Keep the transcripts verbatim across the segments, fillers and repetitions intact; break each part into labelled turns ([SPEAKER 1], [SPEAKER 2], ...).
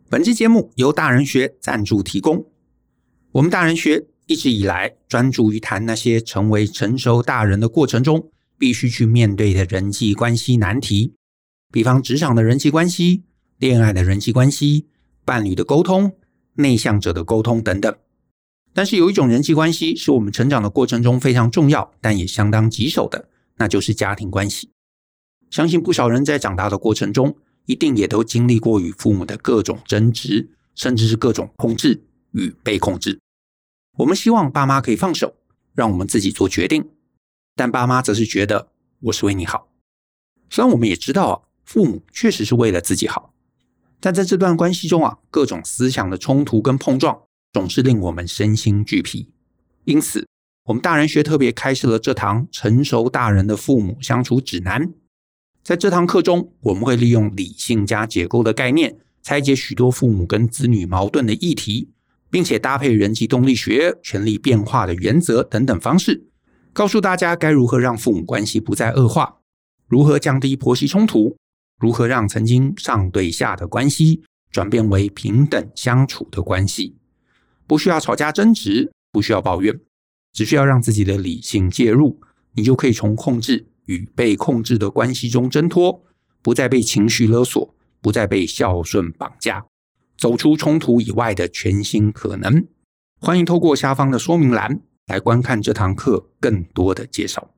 [SPEAKER 1] 本期节目由大人学赞助提供。我们大人学一直以来专注于谈那些成为成熟大人的过程中必须去面对的人际关系难题，比方职场的人际关系、恋爱的人际关系、伴侣的沟通、内向者的沟通等等。但是有一种人际关系是我们成长的过程中非常重要，但也相当棘手的，那就是家庭关系。相信不少人在长大的过程中一定也都经历过与父母的各种争执，甚至是各种控制与被控制。我们希望爸妈可以放手，让我们自己做决定，但爸妈则是觉得我是为你好。虽然我们也知道啊，父母确实是为了自己好，但在这段关系中啊，各种思想的冲突跟碰撞总是令我们身心俱疲。因此我们大人学特别开设了这堂成熟大人的父母相处指南。在这堂课中，我们会利用理性加解构的概念，拆解许多父母跟子女矛盾的议题，并且搭配人际动力学、权力变化的原则等等方式，告诉大家该如何让父母关系不再恶化，如何降低婆媳冲突，如何让曾经上对下的关系转变为平等相处的关系。不需要吵架争执，不需要抱怨，只需要让自己的理性介入，你就可以从控制与被控制的关系中挣脱，不再被情绪勒索，不再被孝顺绑架，走出冲突以外的全新可能。欢迎透过下方的说明栏来观看这堂课更多的介绍。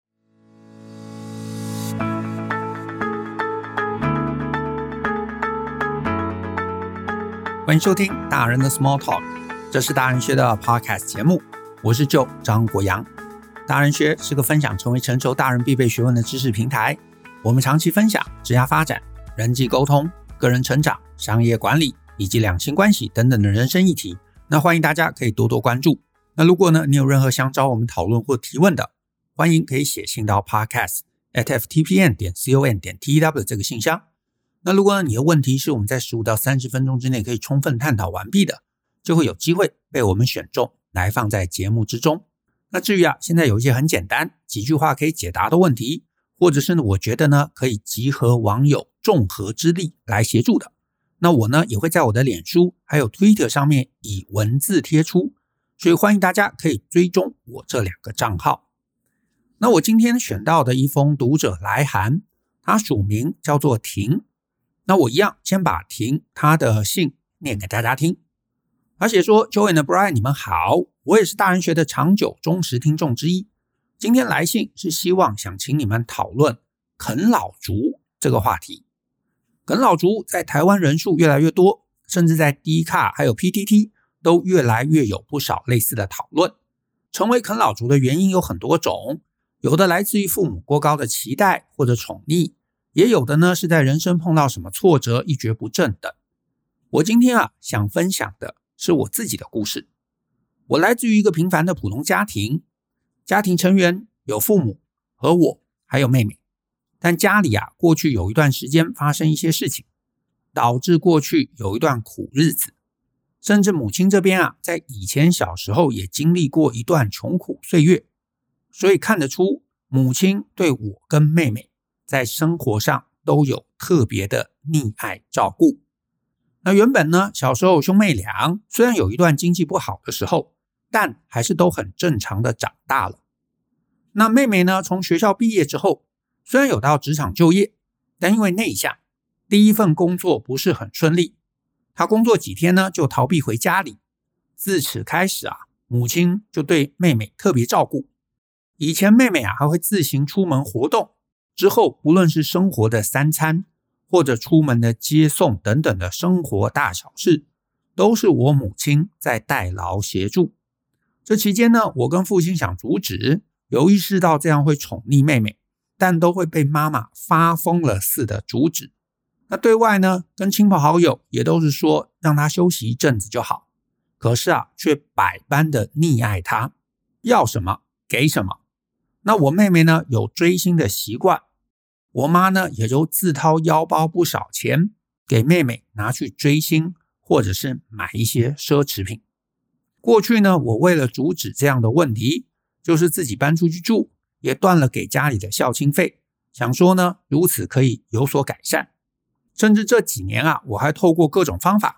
[SPEAKER 1] 欢迎收听大人的 Small Talk， 这是大人学的 Podcast 节目，我是Joe张国阳。大人学是个分享成为成熟大人必备学问的知识平台，我们长期分享职业发展、人际沟通、个人成长、商业管理以及两性关系等等的人生议题。那欢迎大家可以多多关注。那如果呢你有任何想找我们讨论或提问的，欢迎可以写信到 podcast at f t p n 点 com 点 t w 这个信箱。那如果呢你的问题是我们在十五到三十分钟之内可以充分探讨完毕的，就会有机会被我们选中来放在节目之中。那至于啊，现在有一些很简单几句话可以解答的问题，或者是呢我觉得呢可以集合网友众合之力来协助的，那我呢也会在我的脸书还有 Twitter 上面以文字贴出，所以欢迎大家可以追踪我这两个账号。那我今天选到的一封读者来函，他署名叫做婷，那我一样先把婷他的信念给大家听。他写说 Joe and Brian 你们好，我也是大人学的长久忠实听众之一，今天来信是希望想请你们讨论啃老族这个话题。啃老族在台湾人数越来越多，甚至在 D 卡还有 P T T 都越来越有不少类似的讨论。成为啃老族的原因有很多种，有的来自于父母过高的期待或者宠溺，也有的呢是在人生碰到什么挫折一蹶不振等。我今天啊想分享的是我自己的故事。我来自于一个平凡的普通家庭，家庭成员有父母和我还有妹妹，但家里啊过去有一段时间发生一些事情，导致过去有一段苦日子，甚至母亲这边啊在以前小时候也经历过一段穷苦岁月，所以看得出母亲对我跟妹妹在生活上都有特别的溺爱照顾。那原本呢小时候兄妹俩虽然有一段经济不好的时候，但还是都很正常的长大了。那妹妹呢从学校毕业之后，虽然有到职场就业，但因为内向，第一份工作不是很顺利，她工作几天呢就逃避回家里。自此开始啊，母亲就对妹妹特别照顾。以前妹妹啊还会自行出门活动，之后无论是生活的三餐或者出门的接送等等的生活大小事，都是我母亲在代劳协助。这期间呢，我跟父亲想阻止，有意识到这样会宠溺妹妹，但都会被妈妈发疯了似的阻止。那对外呢，跟亲朋好友也都是说让她休息一阵子就好，可是啊，却百般的溺爱她，要什么给什么。那我妹妹呢，有追星的习惯，我妈呢也就自掏腰包不少钱给妹妹拿去追星，或者是买一些奢侈品。过去呢，我为了阻止这样的问题，就是自己搬出去住，也断了给家里的孝亲费，想说呢如此可以有所改善。甚至这几年啊，我还透过各种方法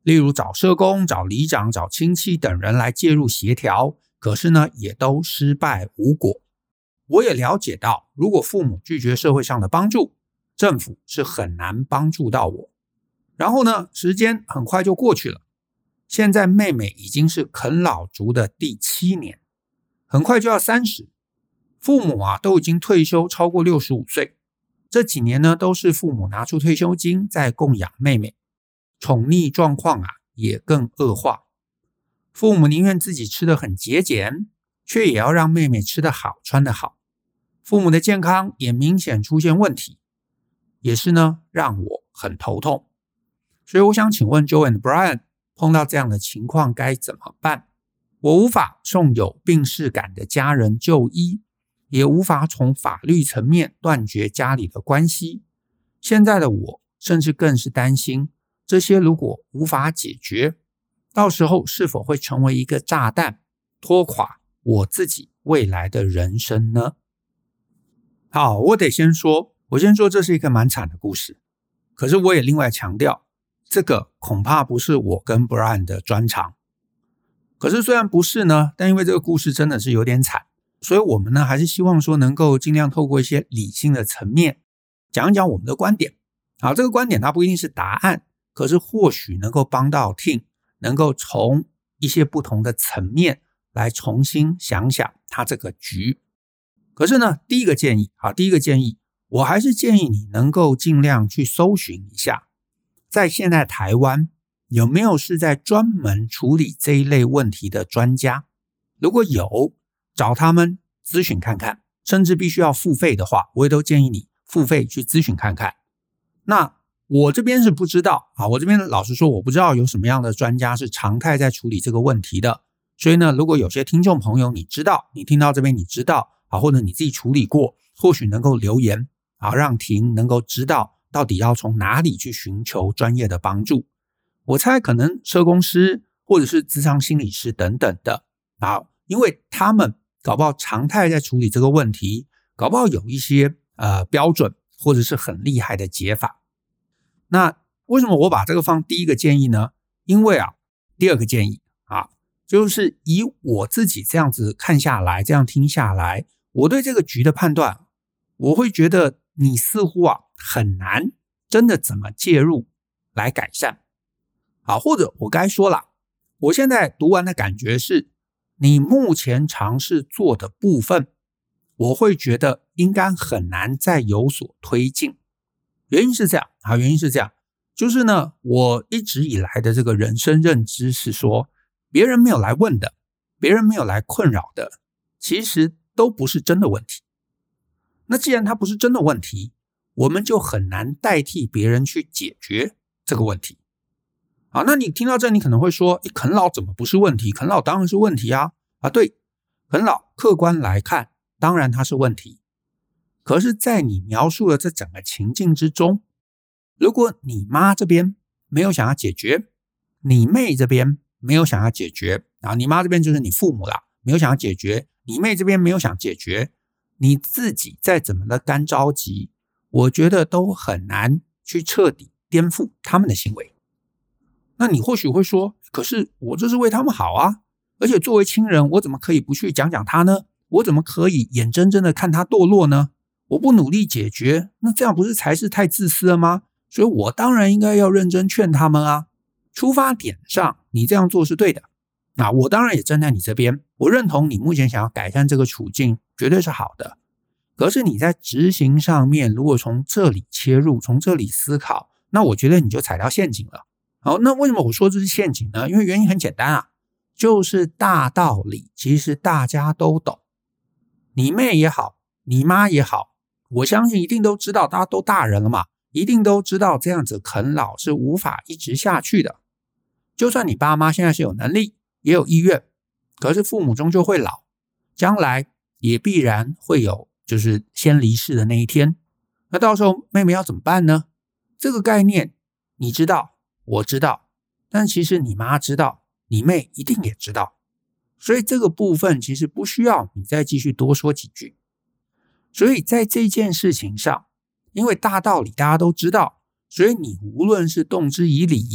[SPEAKER 1] 例如找社工、找里长、找亲戚等人来介入协调，可是呢，也都失败无果。我也了解到，如果父母拒绝社会上的帮助，政府是很难帮助到我。然后呢，时间很快就过去了。现在妹妹已经是啃老族的第七年，很快就要三十。父母啊都已经退休超过六十五岁。这几年呢，都是父母拿出退休金在供养妹妹，宠溺状况啊也更恶化。父母宁愿自己吃得很节俭，却也要让妹妹吃得好、穿得好。父母的健康也明显出现问题，也是呢让我很头痛。所以我想请问 Joe and Brian， 碰到这样的情况该怎么办？我无法送有病识感的家人就医，也无法从法律层面断绝家里的关系。现在的我甚至更是担心，这些如果无法解决，到时候是否会成为一个炸弹，拖垮我自己未来的人生呢？好，我得先说，我先说这是一个蛮惨的故事。可是我也另外强调，这个恐怕不是我跟 Brian 的专长。可是虽然不是呢，但因为这个故事真的是有点惨，所以我们呢还是希望说能够尽量透过一些理性的层面讲一讲我们的观点。好，这个观点它不一定是答案，可是或许能够帮到 team， 能够从一些不同的层面来重新想想它这个局。可是呢，第一个建议，好，第一个建议，我还是建议你能够尽量去搜寻一下，在现在台湾有没有是在专门处理这一类问题的专家。如果有，找他们咨询看看，甚至必须要付费的话，我也都建议你付费去咨询看看。那我这边是不知道啊，我这边老实说我不知道有什么样的专家是常态在处理这个问题的。所以呢，如果有些听众朋友你知道，你听到这边你知道啊，或者你自己处理过，或许能够留言啊，让婷能够知道到底要从哪里去寻求专业的帮助。我猜可能社工师或者是諮商心理师等等的啊，因为他们搞不好常态在处理这个问题，搞不好有一些呃标准或者是很厉害的解法。那为什么我把这个放第一个建议呢？因为啊，第二个建议啊，就是以我自己这样子看下来，这样听下来，我对这个局的判断，我会觉得你似乎啊很难真的怎么介入来改善。好，或者我该说了，我现在读完的感觉是，你目前尝试做的部分，我会觉得应该很难再有所推进。原因是这样，好，原因是这样，就是呢，我一直以来的这个人生认知是说，别人没有来问的，别人没有来困扰的，其实都不是真的问题。那既然它不是真的问题，我们就很难代替别人去解决这个问题。好，那你听到这，你可能会说，诶，啃老怎么不是问题？啃老当然是问题啊！啊，对，啃老客观来看，当然它是问题。可是在你描述的这整个情境之中，如果你妈这边没有想要解决，你妹这边没有想要解决，啊，你妈这边就是你父母啦，没有想要解决，你妹这边没有想解决，你自己再怎么的干着急，我觉得都很难去彻底颠覆他们的行为。那你或许会说，可是我这是为他们好啊，而且作为亲人，我怎么可以不去讲讲他呢？我怎么可以眼睁睁的看他堕落呢？我不努力解决，那这样不是才是太自私了吗？所以我当然应该要认真劝他们啊。出发点上，你这样做是对的。那我当然也站在你这边，我认同你目前想要改善这个处境，绝对是好的。可是你在执行上面，如果从这里切入，从这里思考，那我觉得你就踩到陷阱了。好，那为什么我说这是陷阱呢？因为原因很简单啊，就是大道理其实大家都懂，你妹也好，你妈也好，我相信一定都知道，大家都大人了嘛，一定都知道这样子啃老是无法一直下去的。就算你爸妈现在是有能力也有意愿，可是父母终究会老，将来也必然会有就是先离世的那一天。那到时候妹妹要怎么办呢？这个概念你知道，我知道，但其实你妈知道，你妹一定也知道，所以这个部分其实不需要你再继续多说几句。所以在这件事情上，因为大道理大家都知道，所以你无论是动之以理，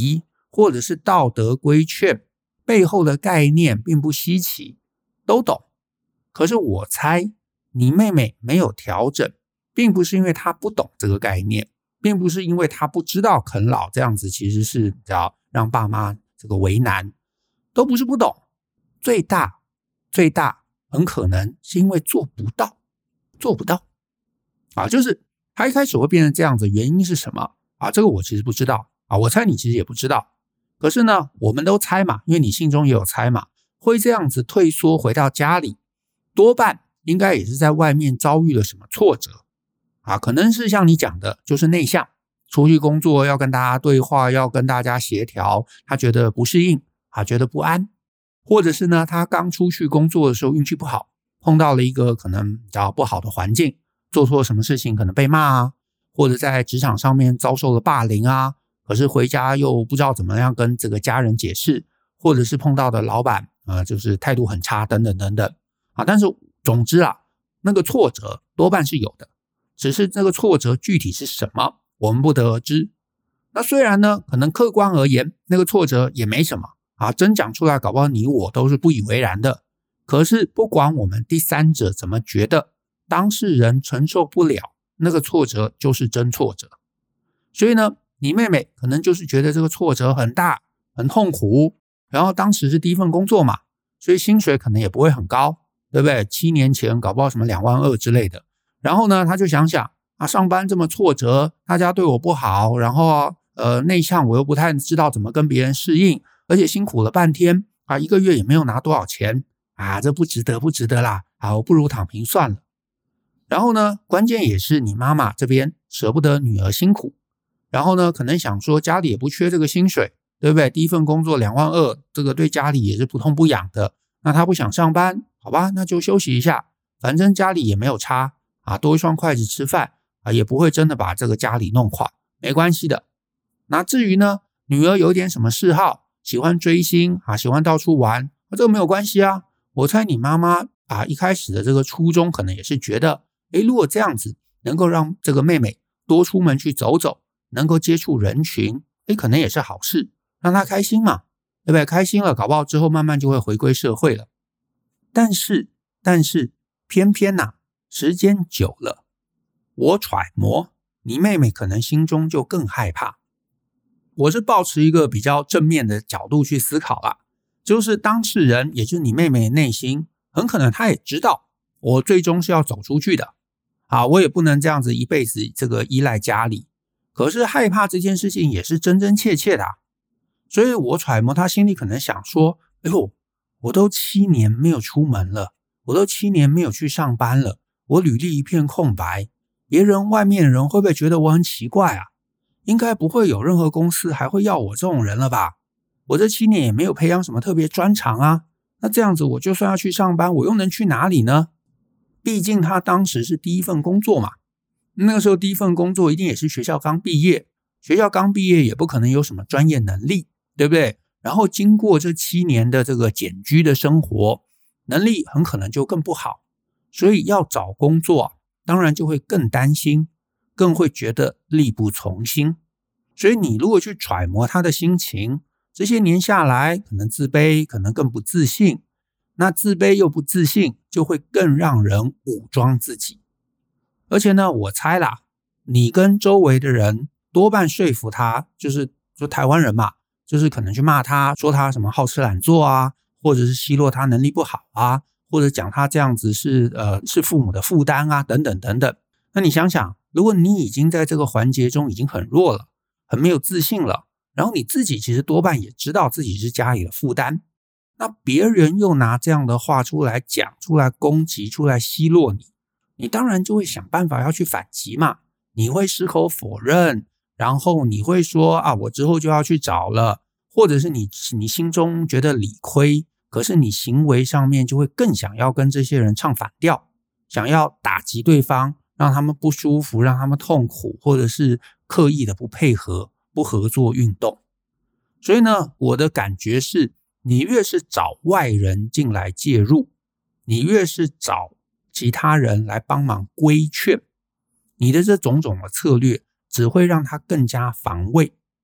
[SPEAKER 1] 或者是道德规劝背后的概念并不稀奇，都懂。可是我猜你妹妹没有调整，并不是因为她不懂这个概念，并不是因为她不知道啃老这样子其实是要让爸妈这个为难，都不是不懂，最大最大很可能是因为做不到，做不到啊，就是他一开始会变成这样子，原因是什么啊？这个我其实不知道啊，我猜你其实也不知道。可是呢，我们都猜嘛，因为你心中也有猜嘛，会这样子退缩回到家里，多半应该也是在外面遭遇了什么挫折啊，可能是像你讲的，就是内向，出去工作要跟大家对话，要跟大家协调，他觉得不适应啊，觉得不安，或者是呢，他刚出去工作的时候运气不好，碰到了一个可能比较不好的环境，做错什么事情可能被骂啊，或者在职场上面遭受了霸凌啊，可是回家又不知道怎么样跟这个家人解释，或者是碰到的老板呃，就是态度很差等等等等啊。但是总之啊，那个挫折多半是有的，只是这个挫折具体是什么我们不得而知。那虽然呢，可能客观而言那个挫折也没什么啊，真讲出来搞不好你我都是不以为然的，可是不管我们第三者怎么觉得，当事人承受不了那个挫折就是真挫折。所以呢，你妹妹可能就是觉得这个挫折很大很痛苦，然后当时是第一份工作嘛，所以薪水可能也不会很高，对不对？七年前搞不好什么两万二之类的。然后呢，他就想想啊，上班这么挫折，大家对我不好，然后呃内向我又不太知道怎么跟别人适应，而且辛苦了半天啊，一个月也没有拿多少钱啊，这不值得不值得啦，啊，我不如躺平算了。然后呢，关键也是你妈妈这边舍不得女儿辛苦，然后呢，可能想说家里也不缺这个薪水，对不对？第一份工作两万二，这个对家里也是不痛不痒的。那他不想上班，好吧，那就休息一下，反正家里也没有差啊，多一双筷子吃饭啊，也不会真的把这个家里弄垮，没关系的。那至于呢，女儿有点什么嗜好，喜欢追星啊，喜欢到处玩，啊，这个没有关系啊。我猜你妈妈啊，一开始的这个初衷可能也是觉得，诶，如果这样子能够让这个妹妹多出门去走走，能够接触人群，诶，可能也是好事，让她开心嘛，对不对？开心了，搞不好之后慢慢就会回归社会了。但是，但是偏偏呐、啊，时间久了，我揣摩你妹妹可能心中就更害怕。我是抱持一个比较正面的角度去思考啦，就是当事人，也就是你妹妹的内心，很可能她也知道，我最终是要走出去的啊，我也不能这样子一辈子这个依赖家里。可是害怕这件事情也是真真切切的啊，所以我揣摩她心里可能想说，哎呦，我都七年没有出门了，我都七年没有去上班了，我履历一片空白，别人外面的人会不会觉得我很奇怪啊？应该不会有任何公司还会要我这种人了吧？我这七年也没有培养什么特别专长啊，那这样子我就算要去上班，我又能去哪里呢？毕竟他当时是第一份工作嘛，那个时候第一份工作一定也是学校刚毕业，学校刚毕业也不可能有什么专业能力，对不对？然后经过这七年的这个简居的生活，能力很可能就更不好，所以要找工作当然就会更担心，更会觉得力不从心。所以你如果去揣摩他的心情，这些年下来可能自卑，可能更不自信，那自卑又不自信就会更让人武装自己。而且呢，我猜啦，你跟周围的人多半说服他，就是说台湾人嘛，就是可能去骂他，说他什么好吃懒做啊，或者是奚落他能力不好啊，或者讲他这样子是呃是父母的负担啊，等等等等。那你想想，如果你已经在这个环节中已经很弱了，很没有自信了，然后你自己其实多半也知道自己是家里的负担，那别人又拿这样的话出来讲，出来攻击，出来奚落你，你当然就会想办法要去反击嘛。你会矢口否认，然后你会说啊，我之后就要去找了，或者是你你心中觉得理亏，可是你行为上面就会更想要跟这些人唱反调，想要打击对方，让他们不舒服，让他们痛苦，或者是刻意的不配合，不合作运动。所以呢，我的感觉是，你越是找外人进来介入，你越是找其他人来帮忙规劝，你的这种种的策略只会让他更加防卫，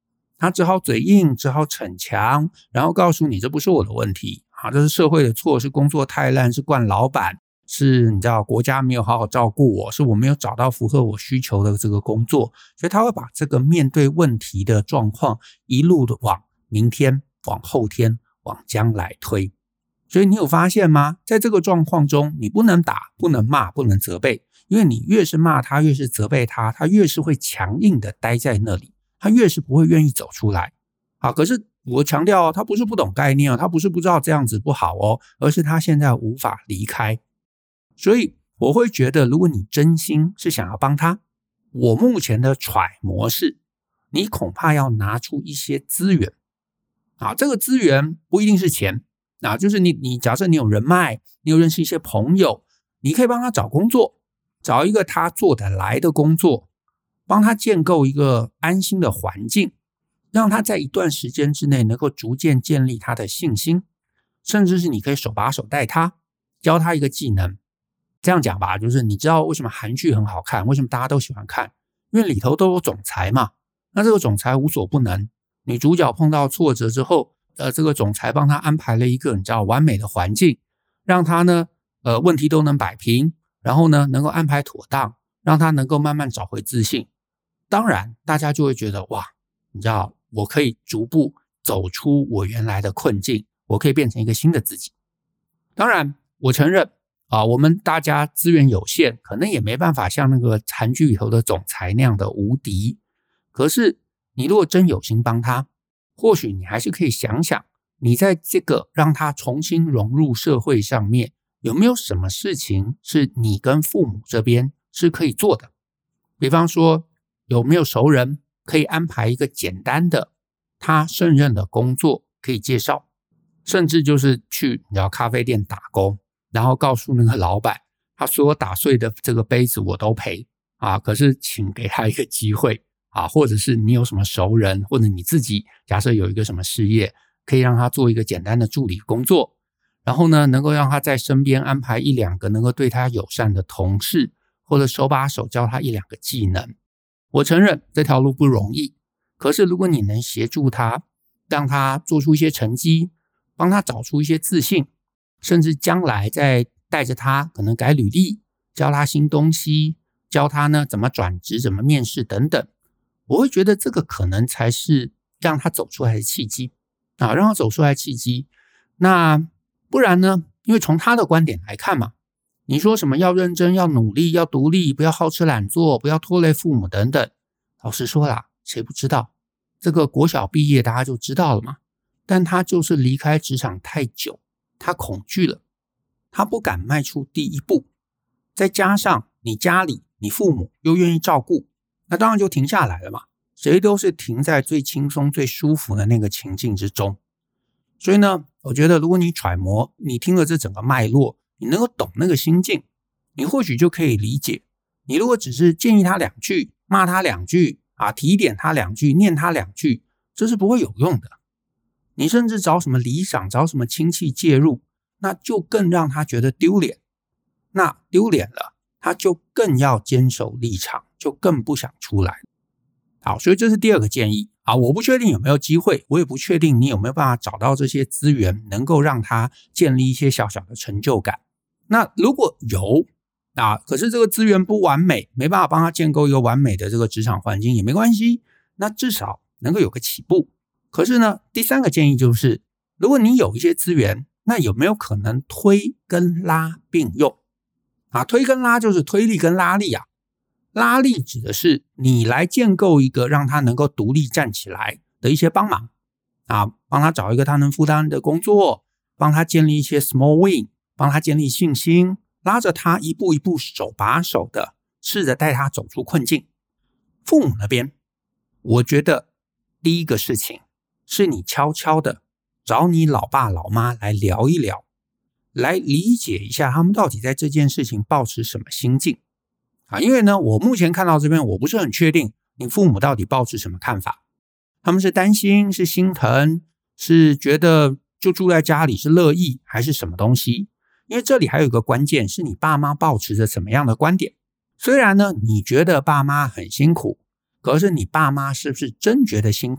[SPEAKER 1] 他只好嘴硬，只好逞强，然后告诉你这不是我的问题啊，这是社会的错，是工作太烂，是惯老板，是你知道国家没有好好照顾我，是我没有找到符合我需求的这个工作。所以他会把这个面对问题的状况一路的往明天，往后天，往将来推。所以你有发现吗？在这个状况中，你不能打，不能骂，不能责备，因为你越是骂他，越是责备他，他越是会强硬的待在那里，他越是不会愿意走出来。好，可是我强调哦，他不是不懂概念哦，他不是不知道这样子不好哦，而是他现在无法离开。所以我会觉得，如果你真心是想要帮他，我目前的揣摩是，你恐怕要拿出一些资源。啊，这个资源不一定是钱。啊，就是你你假设你有人脉，你有认识一些朋友，你可以帮他找工作，找一个他做得来的工作，帮他建构一个安心的环境，让他在一段时间之内能够逐渐建立他的信心，甚至是你可以手把手带他，教他一个技能。这样讲吧，就是你知道为什么韩剧很好看，为什么大家都喜欢看，因为里头都有总裁嘛，那这个总裁无所不能，女主角碰到挫折之后，呃，这个总裁帮他安排了一个你知道完美的环境，让他呢呃问题都能摆平，然后呢能够安排妥当，让他能够慢慢找回自信。当然大家就会觉得哇，你知道我可以逐步走出我原来的困境，我可以变成一个新的自己。当然我承认啊，我们大家资源有限，可能也没办法像那个韩剧里头的总裁那样的无敌。可是你如果真有心帮他，或许你还是可以想想，你在这个让他重新融入社会上面，有没有什么事情是你跟父母这边是可以做的。比方说有没有熟人可以安排一个简单的他胜任的工作可以介绍，甚至就是去你知道咖啡店打工，然后告诉那个老板，他所有打碎的这个杯子我都赔啊，可是请给他一个机会啊，或者是你有什么熟人，或者你自己假设有一个什么事业，可以让他做一个简单的助理工作，然后呢能够让他在身边安排一两个能够对他友善的同事，或者手把手教他一两个技能。我承认这条路不容易，可是如果你能协助他，让他做出一些成绩，帮他找出一些自信，甚至将来再带着他可能改履历，教他新东西，教他呢怎么转职，怎么面试等等，我会觉得这个可能才是让他走出来的契机啊，让他走出来的契机。那不然呢？因为从他的观点来看嘛，你说什么要认真，要努力，要独立，不要好吃懒做，不要拖累父母等等。老实说啦，谁不知道？这个国小毕业大家就知道了嘛。但他就是离开职场太久，他恐惧了，他不敢迈出第一步。再加上你家里你父母又愿意照顾，那当然就停下来了嘛。谁都是停在最轻松最舒服的那个情境之中。所以呢，我觉得如果你揣摩，你听了这整个脉络，你能够懂那个心境，你或许就可以理解。你如果只是建议他两句，骂他两句啊，提点他两句，念他两句，这是不会有用的。你甚至找什么里长，找什么亲戚介入，那就更让他觉得丢脸。那丢脸了，他就更要坚守立场，就更不想出来。好，所以这是第二个建议啊，我不确定有没有机会，我也不确定你有没有办法找到这些资源，能够让他建立一些小小的成就感。那如果有啊，可是这个资源不完美，没办法帮他建构一个完美的这个职场环境也没关系，那至少能够有个起步。可是呢，第三个建议就是，如果你有一些资源，那有没有可能推跟拉并用啊？推跟拉就是推力跟拉力啊。拉力指的是你来建构一个让他能够独立站起来的一些帮忙啊，帮他找一个他能负担的工作，帮他建立一些 small win， 帮他建立信心，拉着他一步一步手把手的试着带他走出困境。父母那边，我觉得第一个事情是你悄悄的找你老爸老妈来聊一聊，来理解一下他们到底在这件事情抱持什么心境啊？因为呢，我目前看到这边，我不是很确定你父母到底抱持什么看法。他们是担心，是心疼，是觉得就住在家里是乐意，还是什么东西？因为这里还有一个关键，是你爸妈抱持着什么样的观点。虽然呢，你觉得爸妈很辛苦，可是你爸妈是不是真觉得辛苦？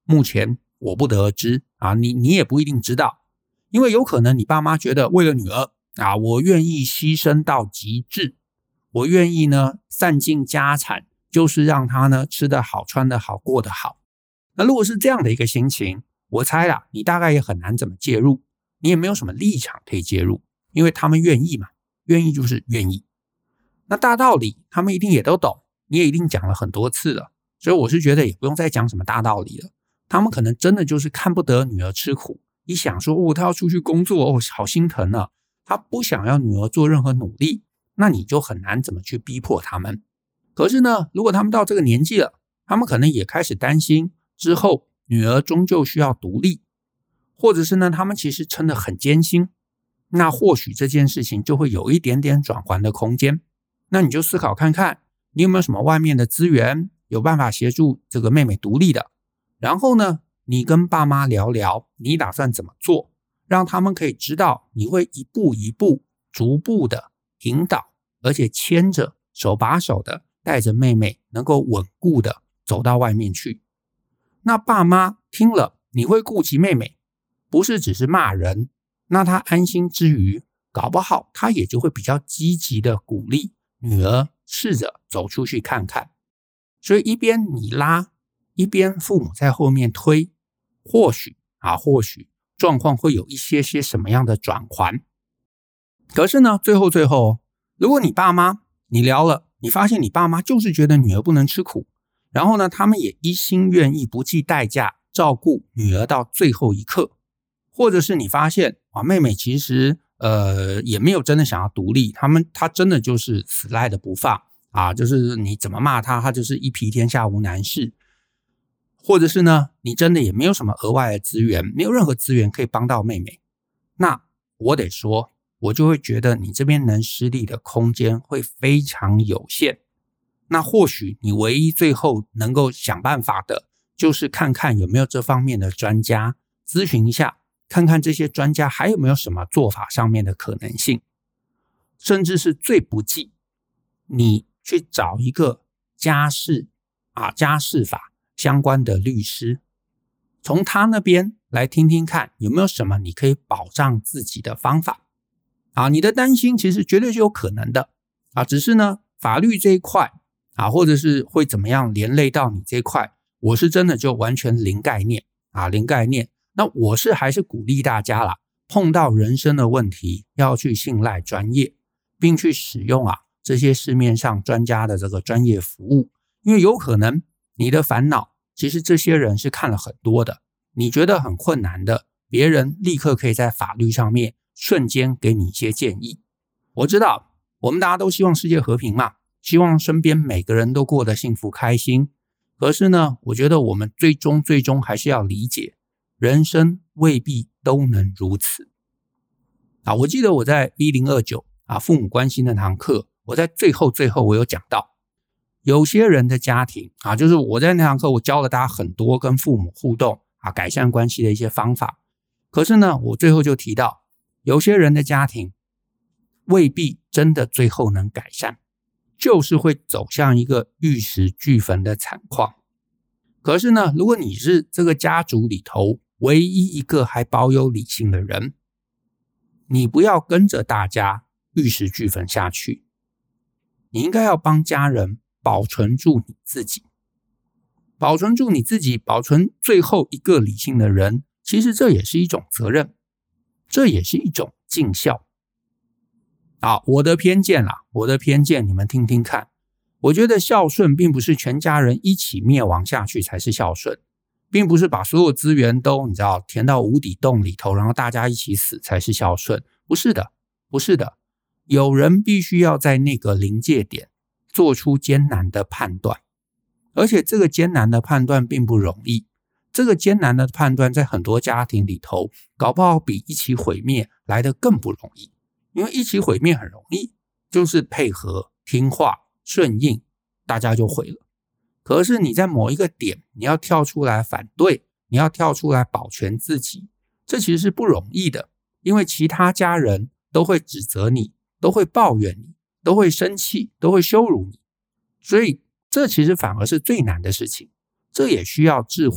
[SPEAKER 1] 目前我不得而知啊，你你也不一定知道，因为有可能你爸妈觉得为了女儿啊，我愿意牺牲到极致，我愿意呢散尽家产，就是让她呢吃得好穿得好过得好。那如果是这样的一个心情，我猜啦，你大概也很难怎么介入，你也没有什么立场可以介入，因为他们愿意嘛，愿意就是愿意。那大道理他们一定也都懂，你也一定讲了很多次了，所以我是觉得也不用再讲什么大道理了。他们可能真的就是看不得女儿吃苦，一想说哦，他要出去工作哦，好心疼啊，他不想要女儿做任何努力，那你就很难怎么去逼迫他们。可是呢，如果他们到这个年纪了，他们可能也开始担心之后女儿终究需要独立，或者是呢他们其实撑得很艰辛，那或许这件事情就会有一点点转圜的空间。那你就思考看看，你有没有什么外面的资源有办法协助这个妹妹独立的，然后呢你跟爸妈聊聊你打算怎么做，让他们可以知道你会一步一步逐步的引导，而且牵着手把手的带着妹妹能够稳固的走到外面去。那爸妈听了你会顾及妹妹，不是只是骂人，那他安心之余，搞不好他也就会比较积极的鼓励女儿试着走出去看看。所以一边你拉，一边父母在后面推，或许啊，或许状况会有一些些什么样的转圜。可是呢，最后最后，如果你爸妈你聊了，你发现你爸妈就是觉得女儿不能吃苦，然后呢，他们也一心愿意不计代价照顾女儿到最后一刻，或者是你发现啊，妹妹其实呃也没有真的想要独立，他们她真的就是死赖的不放啊，就是你怎么骂她，她就是一皮天下无难事。或者是呢，你真的也没有什么额外的资源，没有任何资源可以帮到妹妹，那我得说，我就会觉得你这边能施力的空间会非常有限。那或许你唯一最后能够想办法的，就是看看有没有这方面的专家咨询一下，看看这些专家还有没有什么做法上面的可能性，甚至是最不济，你去找一个家事啊家事法相关的律师，从他那边来听听看有没有什么你可以保障自己的方法啊。你的担心其实绝对是有可能的啊，只是呢法律这一块啊，或者是会怎么样连累到你这一块，我是真的就完全零概念啊，零概念。那我是还是鼓励大家啦，碰到人生的问题要去信赖专业，并去使用啊这些市面上专家的这个专业服务，因为有可能你的烦恼其实这些人是看了很多的，你觉得很困难的，别人立刻可以在法律上面瞬间给你一些建议。我知道我们大家都希望世界和平嘛，希望身边每个人都过得幸福开心，可是呢，我觉得我们最终最终还是要理解，人生未必都能如此啊。我记得我在 V 零二九 啊父母关系那堂课，我在最后最后我有讲到，有些人的家庭啊，就是我在那堂课我教了大家很多跟父母互动啊改善关系的一些方法，可是呢，我最后就提到，有些人的家庭未必真的最后能改善，就是会走向一个玉石俱焚的惨况。可是呢，如果你是这个家族里头唯一一个还保有理性的人，你不要跟着大家玉石俱焚下去，你应该要帮家人保存住你自己，保存住你自己，保存最后一个理性的人，其实这也是一种责任，这也是一种尽孝啊。我的偏见啦，我的偏见你们听听看，我觉得孝顺并不是全家人一起灭亡下去才是孝顺，并不是把所有资源都你知道填到无底洞里头，然后大家一起死才是孝顺，不是的，不是的，有人必须要在那个临界点做出艰难的判断，而且这个艰难的判断并不容易，这个艰难的判断在很多家庭里头搞不好比一起毁灭来得更不容易，因为一起毁灭很容易，就是配合听话顺应，大家就毁了。可是你在某一个点你要跳出来反对，你要跳出来保全自己，这其实是不容易的，因为其他家人都会指责你，都会抱怨你，都会生气，都会羞辱你，所以这其实反而是最难的事情，这也需要智慧，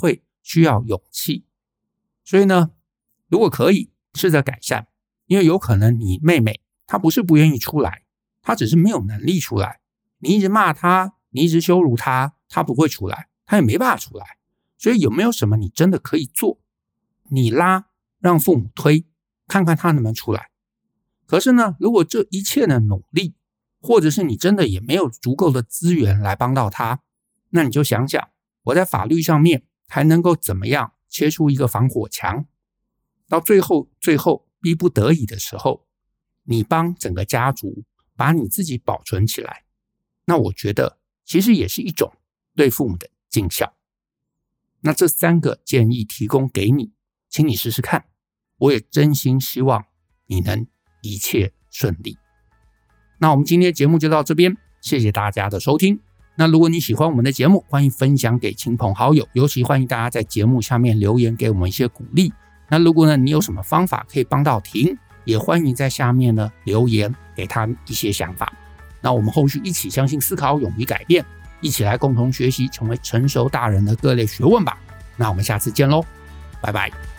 [SPEAKER 1] 需要勇气。所以呢，如果可以试着改善，因为有可能你妹妹她不是不愿意出来，她只是没有能力出来。你一直骂她，你一直羞辱她，她不会出来，她也没办法出来。所以有没有什么你真的可以做？你拉，让父母推，看看他能不能出来。可是呢，如果这一切的努力，或者是你真的也没有足够的资源来帮到他，那你就想想，我在法律上面还能够怎么样切出一个防火墙，到最后最后逼不得已的时候，你帮整个家族把你自己保存起来，那我觉得其实也是一种对父母的尽孝。那这三个建议提供给你，请你试试看，我也真心希望你能一切顺利。那我们今天的节目就到这边，谢谢大家的收听。那如果你喜欢我们的节目，欢迎分享给亲朋好友，尤其欢迎大家在节目下面留言给我们一些鼓励。那如果呢你有什么方法可以帮到婷，也欢迎在下面呢留言给他一些想法。那我们后续一起相信思考，勇于改变，一起来共同学习成为成熟大人的各类学问吧。那我们下次见咯，拜拜。